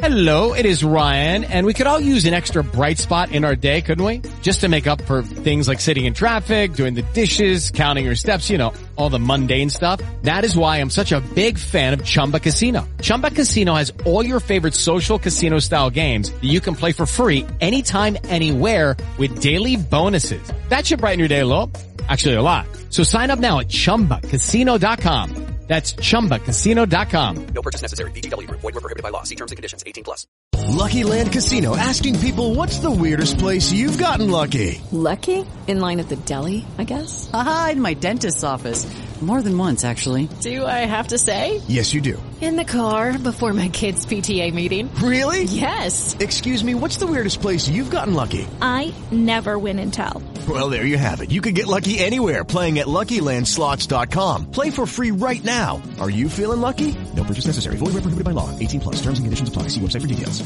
Hello, it is Ryan, and we could all use an extra bright spot in our day, couldn't we? Just to make up for things like sitting in traffic, doing the dishes, counting your steps, you know, all the mundane stuff. That is why I'm such a big fan of Chumba Casino. Chumba Casino has all your favorite social casino style games that you can play for free anytime, anywhere with daily bonuses. That should brighten your day a little. Actually, a lot. So sign up now at ChumbaCasino.com. That's ChumbaCasino.com. No purchase necessary. VGW Group. Void where prohibited by law. See terms and conditions. 18+. Lucky Land Casino, asking people, what's the weirdest place you've gotten lucky? Lucky? In line at the deli, I guess? Aha, in my dentist's office. More than once, actually. Do I have to say? Yes, you do. In the car before my kids' PTA meeting. Really? Yes. Excuse me, what's the weirdest place you've gotten lucky? I never win and tell. Well, there you have it. You can get lucky anywhere, playing at LuckyLandSlots.com. Play for free right now. Are you feeling lucky? No purchase necessary. Void where prohibited by law. 18+. Terms and conditions apply. See website for details.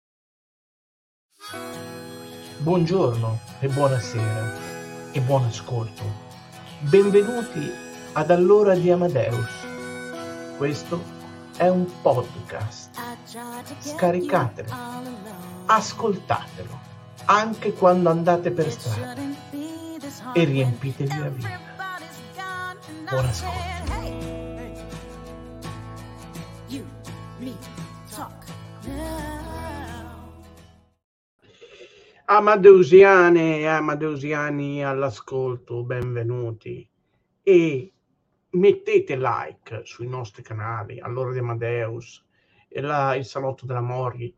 Buongiorno e buonasera e buon ascolto. Benvenuti ad All'ora di Amadeus. Questo è un podcast. Scaricatelo, ascoltatelo, anche quando andate per strada e riempitevi la vita. Buon ascolto. Amadeusiane e Amadeusiani all'ascolto, benvenuti e mettete like sui nostri canali, All'ora di Amadeus, il Salotto della Morghi,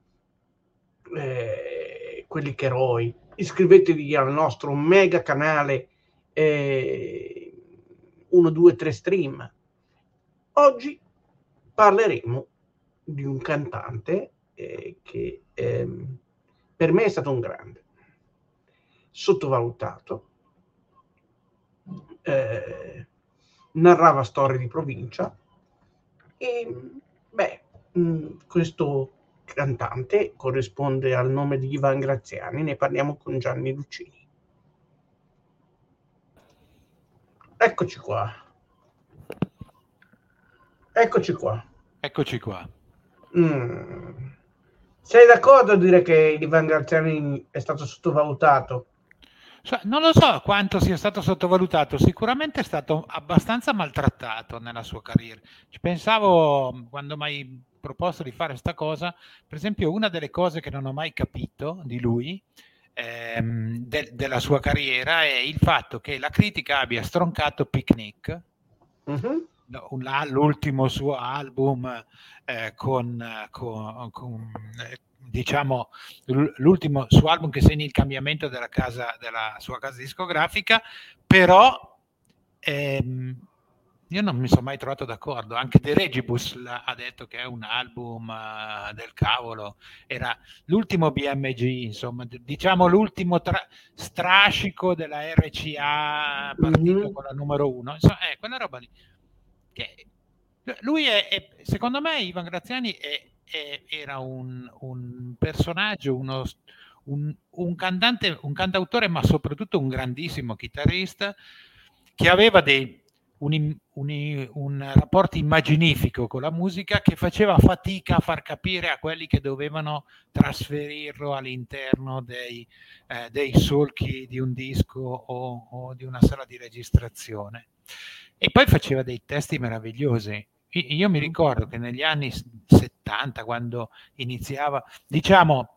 quelli che eroi. Iscrivetevi al nostro mega canale 1, 2, 3 stream. Oggi parleremo di un cantante che per me è stato un grande, sottovalutato, narrava storie di provincia e questo cantante corrisponde al nome di Ivan Graziani. Ne parliamo con Gianni Lucini. Eccoci qua. Sei d'accordo a dire che Ivan Graziani è stato sottovalutato? Non lo so quanto sia stato sottovalutato, sicuramente è stato abbastanza maltrattato nella sua carriera. Ci pensavo quando mi hai proposto di fare sta cosa. Per esempio, una delle cose che non ho mai capito di lui, della sua carriera, è il fatto che la critica abbia stroncato Picnic, l'ultimo suo album, diciamo l'ultimo suo album che segna il cambiamento della sua casa discografica, però io non mi sono mai trovato d'accordo. Anche De Regibus ha detto che è un album del cavolo, era l'ultimo BMG, insomma, diciamo l'ultimo strascico della RCA partito con la numero 1, insomma, quella roba lì. Che lui secondo me Ivan Graziani era un personaggio, un cantante, un cantautore, ma soprattutto un grandissimo chitarrista che aveva un rapporto immaginifico con la musica, che faceva fatica a far capire a quelli che dovevano trasferirlo all'interno dei solchi di un disco o di una sala di registrazione. E poi faceva dei testi meravigliosi. Io mi ricordo che negli anni 70, quando iniziava, diciamo,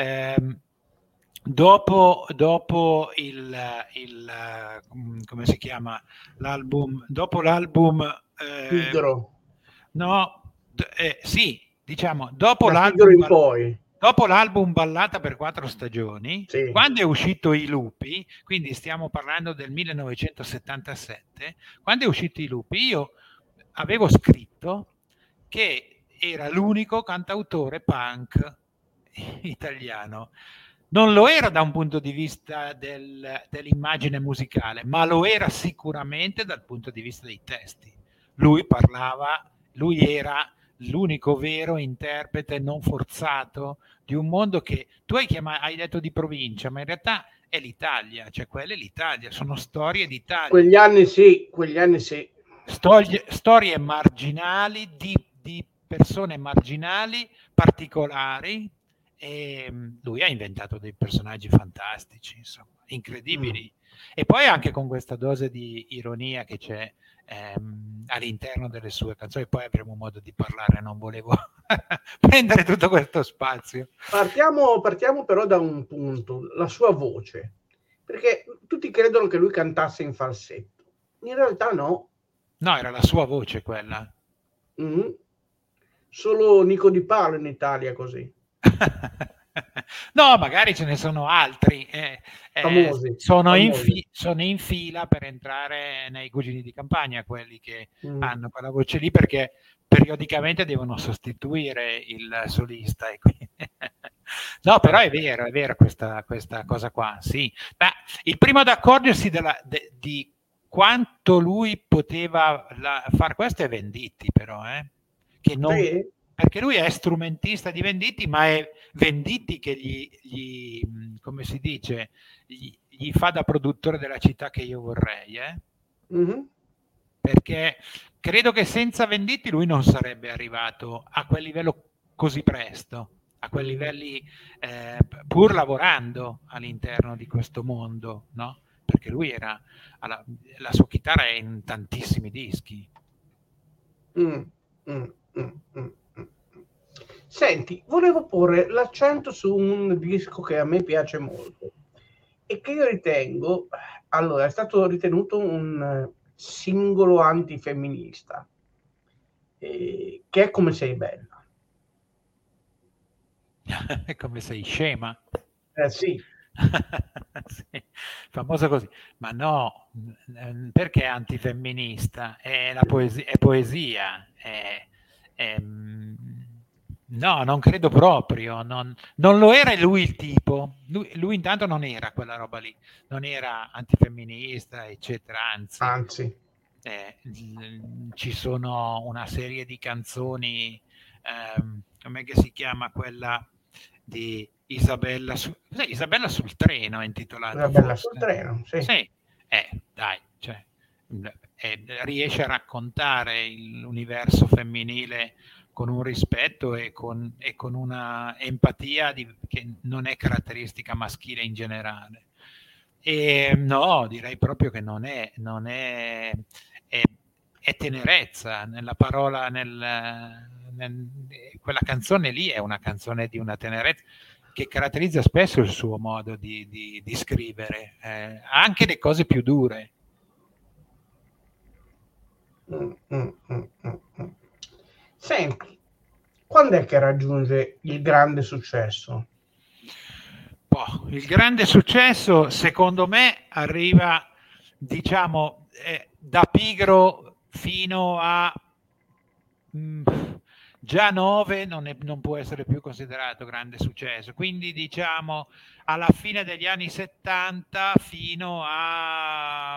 dopo il come si chiama l'album, dopo l'album sì, diciamo dopo l'album Ballata per 4 stagioni, sì. Quando è uscito I Lupi, quindi stiamo parlando del 1977, quando è uscito I Lupi, io avevo scritto che era l'unico cantautore punk italiano. Non lo era da un punto di vista dell'immagine musicale, ma lo era sicuramente dal punto di vista dei testi. Lui era l'unico vero interprete non forzato di un mondo che tu hai detto di provincia, ma in realtà è l'Italia, cioè quella è l'Italia, sono storie d'Italia. Quegli anni sì. Storie marginali di persone marginali, particolari, e lui ha inventato dei personaggi fantastici, insomma, incredibili. E poi anche con questa dose di ironia che c'è all'interno delle sue canzoni. Poi avremo modo di parlare, non volevo prendere tutto questo spazio. Partiamo però da un punto, la sua voce, perché tutti credono che lui cantasse in falsetto, in realtà no, era la sua voce quella. Solo Nico Di Paolo in Italia così. No, magari ce ne sono altri famosi. Sono in fila per entrare nei Cugini di Campagna, quelli che hanno quella voce lì, perché periodicamente devono sostituire il solista e quindi... No, però è vero questa cosa qua, sì. Ma il primo ad accorgersi di quanto lui poteva far questo è Venditti, però, che non... Sì. Perché lui è strumentista di Venditti, ma è Venditti che gli come si dice, gli fa da produttore della Città che io vorrei, perché credo che senza Venditti lui non sarebbe arrivato a quel livello così presto, a quei livelli, pur lavorando all'interno di questo mondo, no? Perché lui era la sua chitarra è in tantissimi dischi. Senti, volevo porre l'accento su un disco che a me piace molto e che io ritengo, allora, è stato ritenuto un singolo antifemminista, che è Come sei bella. Come sei scema. Sì. Sì, famosa così, ma no, perché antifemminista? È poesia, no, non credo proprio, non lo era lui il tipo, lui intanto non era quella roba lì, non era antifemminista, eccetera, anzi. Ci sono una serie di canzoni, come si chiama quella di Isabella sul treno, è intitolata. Isabella sul treno, sì. Sì, dai, cioè, riesce a raccontare l'universo femminile con un rispetto e con una empatia che non è caratteristica maschile in generale. E no, direi proprio che non è tenerezza nella parola, quella canzone lì è una canzone di una tenerezza che caratterizza spesso il suo modo di scrivere, anche le cose più dure. Senti, quando è che raggiunge il grande successo? Il grande successo, secondo me, arriva, diciamo, da Pigro fino a già 9 non può essere più considerato grande successo, quindi diciamo alla fine degli anni 70 fino a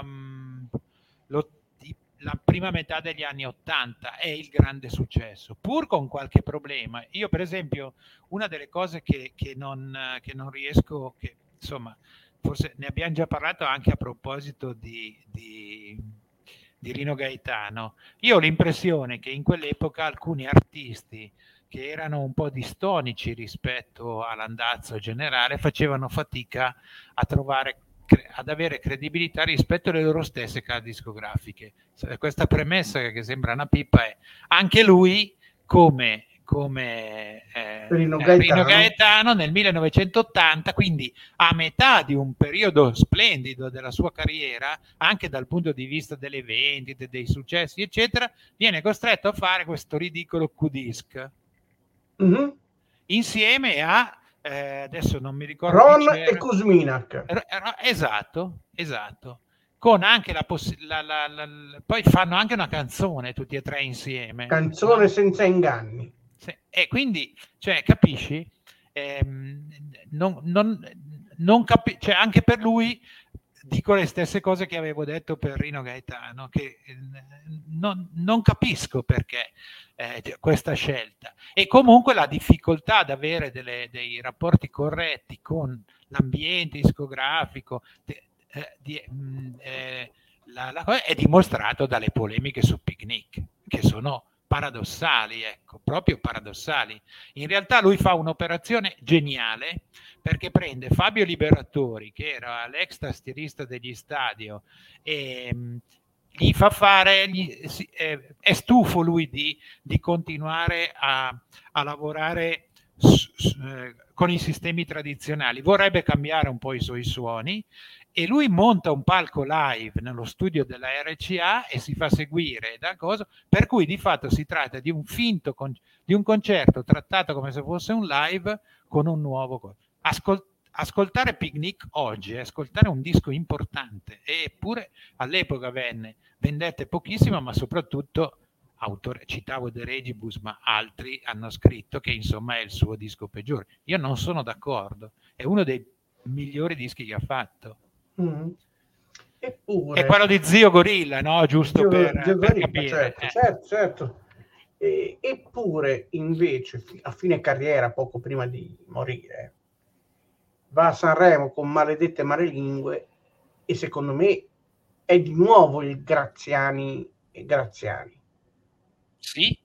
la prima metà degli anni 80 è il grande successo, pur con qualche problema. Io per esempio una delle cose che non riesco, che insomma forse ne abbiamo già parlato anche a proposito di Rino Gaetano, io ho l'impressione che in quell'epoca alcuni artisti che erano un po' distonici rispetto all'andazzo generale facevano fatica ad avere credibilità rispetto alle loro stesse case discografiche. Questa premessa che sembra una pippa è anche lui come Rino Gaetano nel 1980, quindi a metà di un periodo splendido della sua carriera, anche dal punto di vista delle vendite, dei successi eccetera, viene costretto a fare questo ridicolo Q-Disc insieme a adesso non mi ricordo Ron e Kuzminak. Esatto, con anche poi fanno anche una canzone tutti e tre insieme, canzone senza inganni. Sì. E quindi, cioè, capisci? Cioè, anche per lui dico le stesse cose che avevo detto per Rino Gaetano, che non capisco perché questa scelta. E comunque la difficoltà ad avere dei rapporti corretti con l'ambiente discografico è dimostrato dalle polemiche su Picnic, che sono paradossali, ecco, proprio paradossali. In realtà lui fa un'operazione geniale, perché prende Fabio Liberatori, che era l'ex tastierista degli Stadio, e gli fa fare, è stufo lui di continuare a lavorare con i sistemi tradizionali, vorrebbe cambiare un po' i suoi suoni, e lui monta un palco live nello studio della RCA e si fa seguire da cosa, per cui di fatto si tratta di un finto di un concerto trattato come se fosse un live con un nuovo ascoltare Picnic oggi è ascoltare un disco importante, eppure all'epoca vendette pochissimo, ma soprattutto citavo De Regibus, ma altri hanno scritto che insomma è il suo disco peggiore. Io non sono d'accordo, è uno dei migliori dischi che ha fatto. Eppure, è quello di Zio Gorilla, no? Giusto per capire. Certo. Eppure invece a fine carriera, poco prima di morire, va a Sanremo con Maledette Malelingue, e secondo me è di nuovo il Graziani e Graziani. Sì.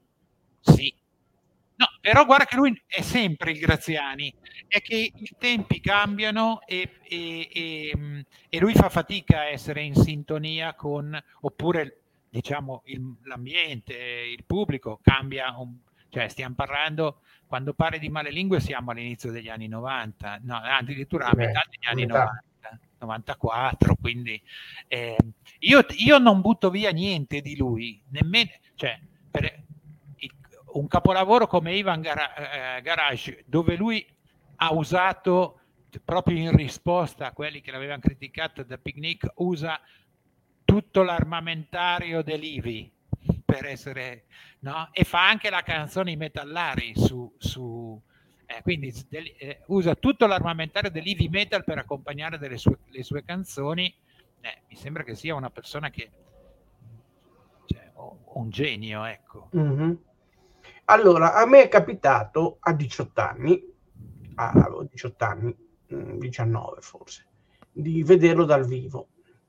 No, però guarda che lui è sempre il Graziani, è che i tempi cambiano e lui fa fatica a essere in sintonia oppure diciamo l'ambiente, il pubblico cambia, cioè stiamo parlando, quando parli di Malelingue siamo all'inizio degli anni 90, no, addirittura a metà degli anni 90. 94, quindi io non butto via niente di lui, nemmeno, cioè, un capolavoro come Ivan Garage, dove lui ha usato, proprio in risposta a quelli che l'avevano criticato da Picnic, usa tutto l'armamentario dell'Ivi per essere, no? E fa anche la canzone I Metallari quindi usa tutto l'armamentario dell'heavy metal per accompagnare le sue canzoni. Mi sembra che sia una persona che un genio, ecco. Mm-hmm. Allora, a me è capitato a 18 anni, avevo 18 anni, 19 forse, di vederlo dal vivo.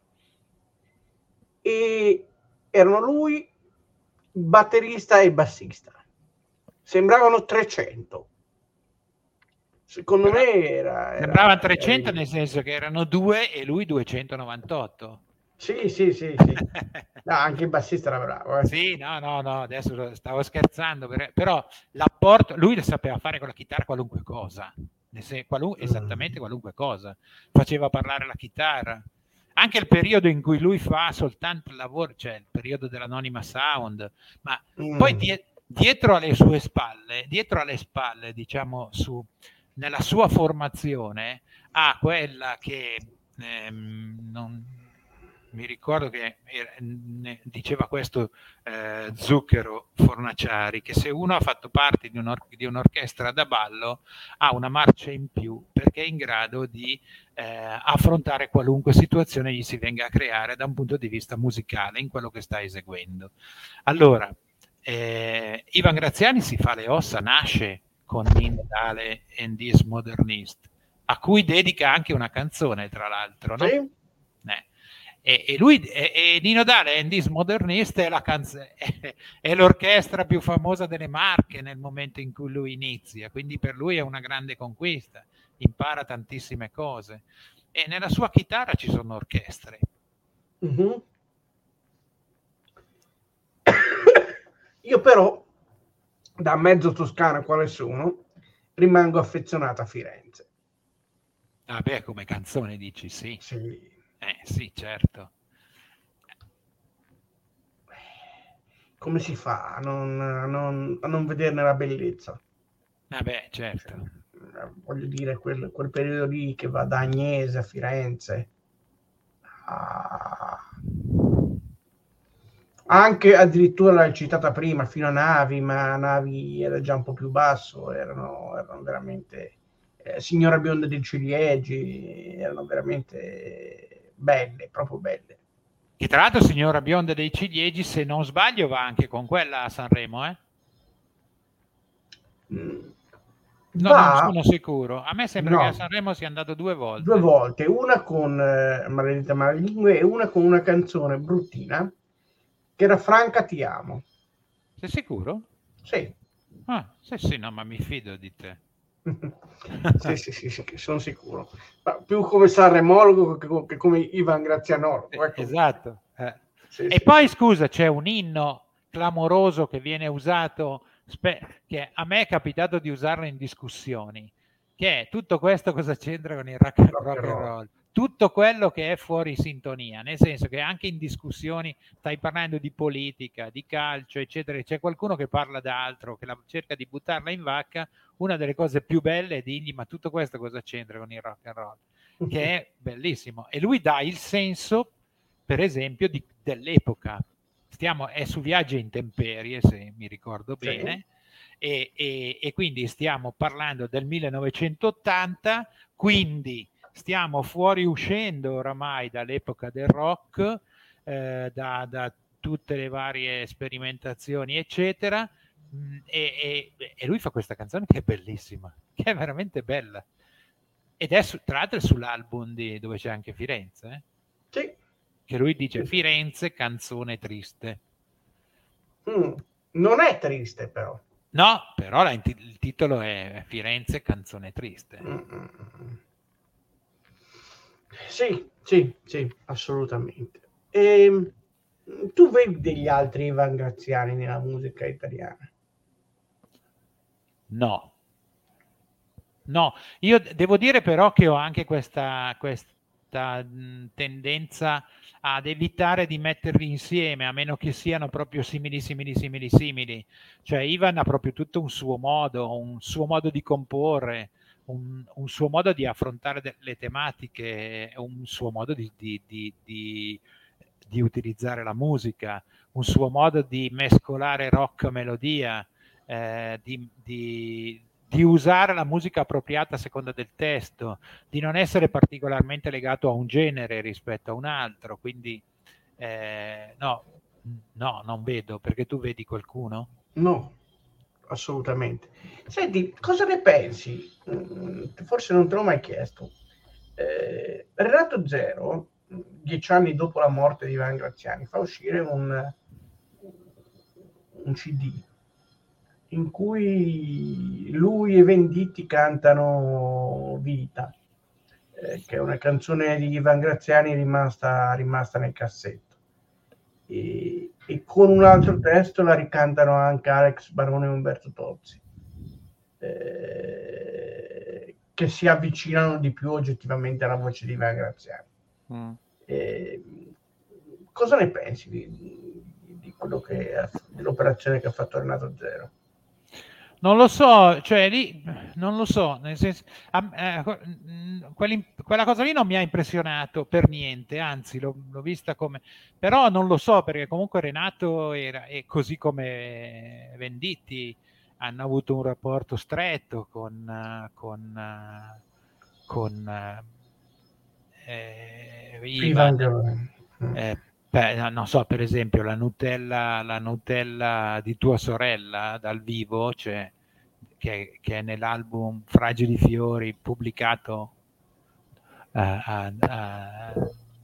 E erano lui, batterista e bassista. Sembravano 300. Secondo me sembravano 300 nel senso che erano due e lui 298. Sì. No, anche il bassista era bravo. Sì, no, adesso stavo scherzando, però l'apporto, lui le sapeva fare con la chitarra qualunque cosa, esattamente qualunque cosa, faceva parlare la chitarra. Anche il periodo in cui lui fa soltanto il lavoro, cioè il periodo dell'Anonima Sound, ma poi dietro alle spalle, diciamo, nella sua formazione, ha quella che non mi ricordo che diceva questo Zucchero Fornaciari, che se uno ha fatto parte di un'orchestra da ballo ha una marcia in più, perché è in grado di affrontare qualunque situazione gli si venga a creare da un punto di vista musicale in quello che sta eseguendo. Allora, Ivan Graziani si fa le ossa, nasce con Nino Dale and This Modernist, a cui dedica anche una canzone, tra l'altro, no? Sì. E lui, Nino Dale and This Modernist è l'orchestra più famosa delle Marche nel momento in cui lui inizia, quindi per lui è una grande conquista, impara tantissime cose, e nella sua chitarra ci sono orchestre. Mm-hmm. Io però, da mezzo toscano quale sono, rimango affezionato a Firenze. Ah beh, come canzone dici, sì. Sì. Sì, certo. Come si fa a non vederne la bellezza? Beh, certo. Voglio dire, quel periodo lì che va da Agnese a Firenze, anche addirittura l'hai citata prima, fino a Navi, ma Navi era già un po' più basso, erano veramente Signora Bionda dei Ciliegi, erano veramente belle, proprio belle. E tra l'altro Signora Bionda dei Ciliegi, se non sbaglio, va anche con quella a Sanremo, No, non sono sicuro. A me sembra che a Sanremo sia andato 2 volte. 2 volte, una con Maledetta Malelingue e una con una canzone bruttina che era Franca ti amo. Sei sicuro? Sì. Sì, no, ma mi fido di te. sì, sono sicuro. Ma più come sanremologo che come Ivan Graziano. Ecco. Esatto. Sì, poi scusa, c'è un inno clamoroso che viene usato, che a me è capitato di usarlo in discussioni, che è: tutto questo cosa c'entra con il rock and roll? Tutto quello che è fuori sintonia, nel senso che anche in discussioni stai parlando di politica, di calcio, eccetera, c'è qualcuno che parla d'altro, che cerca di buttarla in vacca. Una delle cose più belle è dirgli: ma tutto questo cosa c'entra con il rock and roll? Che è bellissimo, e lui dà il senso, per esempio, dell'epoca. È su Viaggi e Intemperie, se mi ricordo bene, e quindi stiamo parlando del 1980, quindi stiamo fuoriuscendo oramai dall'epoca del rock, da tutte le varie sperimentazioni, eccetera, e lui fa questa canzone che è bellissima, che è veramente bella, ed è tra l'altro sull'album dove c'è anche Firenze, Sì. Che lui dice Firenze, canzone triste. Non è triste, però. No, però il titolo è Firenze, canzone triste. Sì, assolutamente. Tu vedi degli altri Ivan Graziani nella musica italiana? No, io devo dire però che ho anche questa tendenza ad evitare di metterli insieme, a meno che siano proprio simili. Cioè Ivan ha proprio tutto un suo modo di comporre, un suo modo di affrontare le tematiche, un suo modo di utilizzare la musica, un suo modo di mescolare rock melodia, di usare la musica appropriata a seconda del testo, di non essere particolarmente legato a un genere rispetto a un altro. Quindi no, non vedo. Perché tu vedi qualcuno? No, assolutamente. Senti, cosa ne pensi? Forse non te l'ho mai chiesto. Renato Zero, 10 anni dopo la morte di Ivan Graziani, fa uscire un CD in cui lui e Venditti cantano Vita, che è una canzone di Ivan Graziani rimasta nel cassetto, e con un altro testo la ricantano anche Alex Barone e Umberto Tozzi, che si avvicinano di più oggettivamente alla voce di Ivan Graziani. Cosa ne pensi di quello dell'operazione che ha fatto Renato Zero? Non lo so, cioè lì non lo so, nel senso, quella cosa lì non mi ha impressionato per niente, anzi l'ho vista come, però non lo so, perché comunque Renato e così come Venditti hanno avuto un rapporto stretto con Ivan. Non so, per esempio la Nutella di tua sorella dal vivo, cioè, che è nell'album Fragili Fiori pubblicato dalla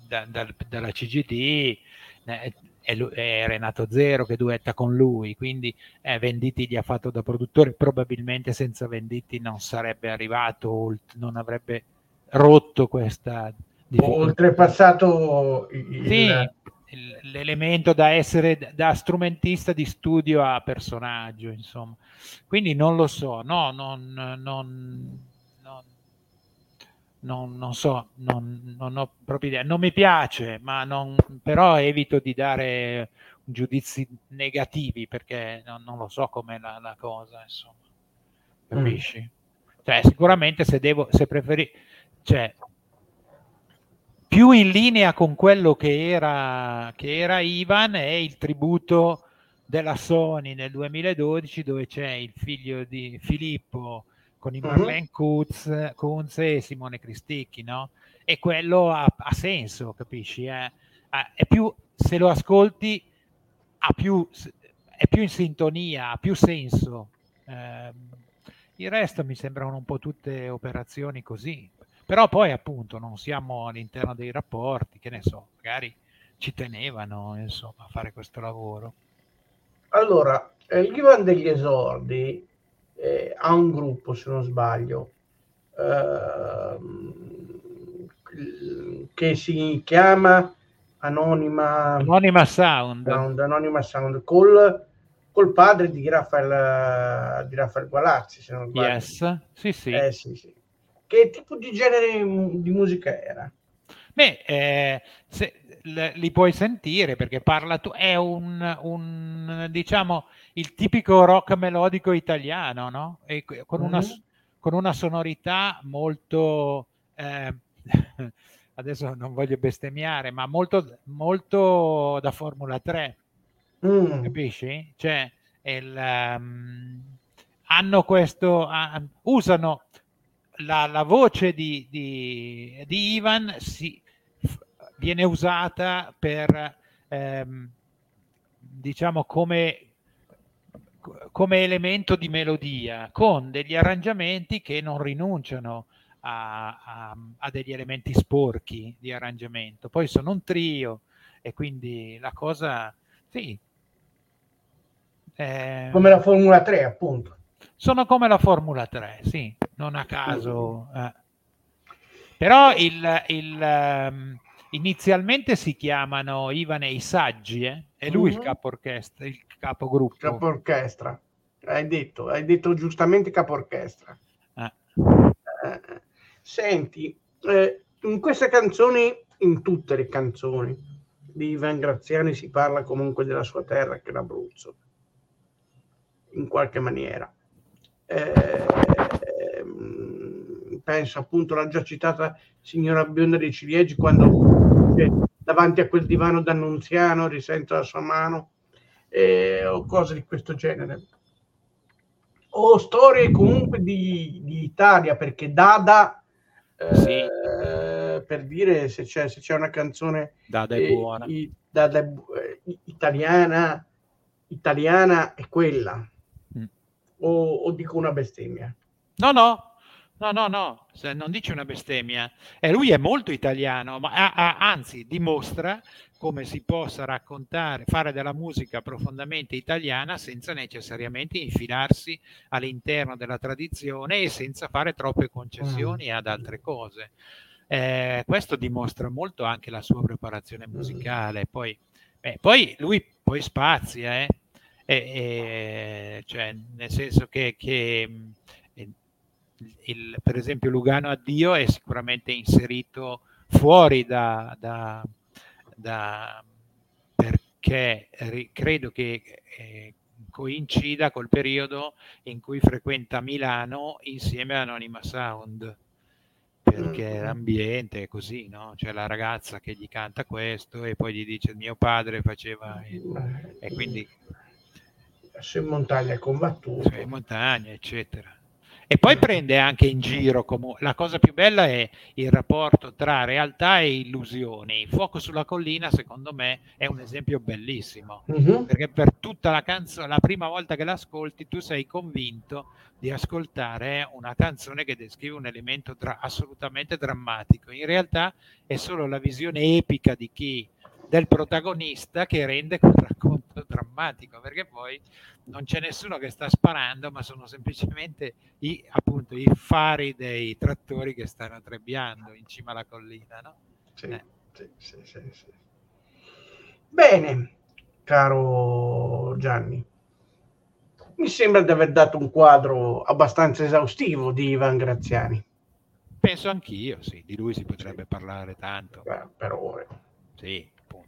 CGD, è Renato Zero che duetta con lui, quindi Venditti gli ha fatto da produttore. Probabilmente senza Venditti non sarebbe arrivato, non avrebbe rotto questa difficoltà. Oltrepassato l'elemento da essere da strumentista di studio a personaggio, insomma. Quindi non lo so, non so, non ho proprio idea. Non mi piace, ma però evito di dare giudizi negativi, perché non lo so com'è la cosa, insomma. Capisci? Cioè, sicuramente se preferi, cioè, più in linea con quello che era Ivan è il tributo della Sony nel 2012, dove c'è il figlio di Filippo con i Marlene Kunz e Simone Cristicchi, no? E quello ha senso, capisci? È più, se lo ascolti, è più in sintonia, ha più senso. Il resto mi sembrano un po' tutte operazioni così. Però poi appunto non siamo all'interno dei rapporti, che ne so, magari ci tenevano, insomma, a fare questo lavoro. Allora, Ivan degli esordi ha un gruppo, se non sbaglio, che si chiama Anonima Sound col padre di Raffaele Gualazzi, se non sbaglio. Yes. Sì. Sì. Che tipo di genere di musica era? Li puoi sentire perché è un diciamo il tipico rock melodico italiano, no? E con una sonorità molto adesso non voglio bestemmiare, ma molto, molto da Formula 3, capisci? Cioè hanno questo, usano la voce di Ivan, viene usata per diciamo come elemento di melodia, con degli arrangiamenti che non rinunciano a degli elementi sporchi di arrangiamento. Poi sono un trio e quindi la cosa come la Formula 3, appunto. Sono come la Formula 3, sì, non a caso. Però inizialmente si chiamano Ivan e i Saggi, è lui il capo orchestra, il capogruppo. Capo orchestra, hai detto giustamente capo orchestra. Senti, in queste canzoni, in tutte le canzoni di Ivan Graziani si parla comunque della sua terra, che è l'Abruzzo, in qualche maniera. Penso appunto alla già citata Signora Bionda dei Ciliegi, quando davanti a quel divano d'Annunziano risento la sua mano, o cose di questo genere, o storie comunque di Italia, perché Dada, per dire, se c'è una canzone Dada è buona, italiana è quella. O dico una bestemmia? No, non dice una bestemmia. Lui è molto italiano, ma anzi dimostra come si possa raccontare, fare della musica profondamente italiana senza necessariamente infilarsi all'interno della tradizione e senza fare troppe concessioni ad altre cose. Questo dimostra molto anche la sua preparazione musicale. Poi lui poi spazia, cioè nel senso che per esempio Lugano Addio è sicuramente inserito fuori perché credo che coincida col periodo in cui frequenta Milano insieme a Anonima Sound, perché l'ambiente è così, no? C'è la ragazza che gli canta questo e poi gli dice mio padre faceva e quindi su in montagna è combattuto, in montagna eccetera. E poi prende anche in giro, la cosa più bella è il rapporto tra realtà e illusioni. Fuoco sulla collina secondo me è un esempio bellissimo, perché per tutta la canzone, la prima volta che l'ascolti tu sei convinto di ascoltare una canzone che descrive un elemento assolutamente drammatico. In realtà è solo la visione epica del protagonista che rende quel racconto drammatico, perché poi non c'è nessuno che sta sparando, ma sono semplicemente i fari dei trattori che stanno trebbiando in cima alla collina, no? Sì. Bene, caro Gianni, mi sembra di aver dato un quadro abbastanza esaustivo di Ivan Graziani. Penso anch'io, sì, di lui si potrebbe parlare tanto. Per ore. Sì, appunto.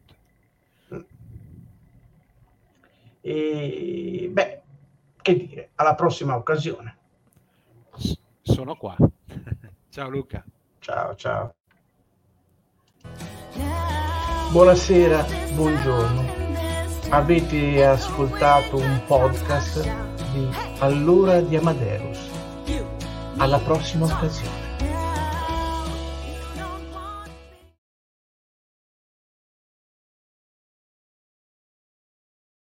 E che dire, alla prossima occasione. Sono qua. Ciao Luca. Ciao. Buonasera, buongiorno. Avete ascoltato un podcast di All'ora di Amadeus. Alla prossima occasione.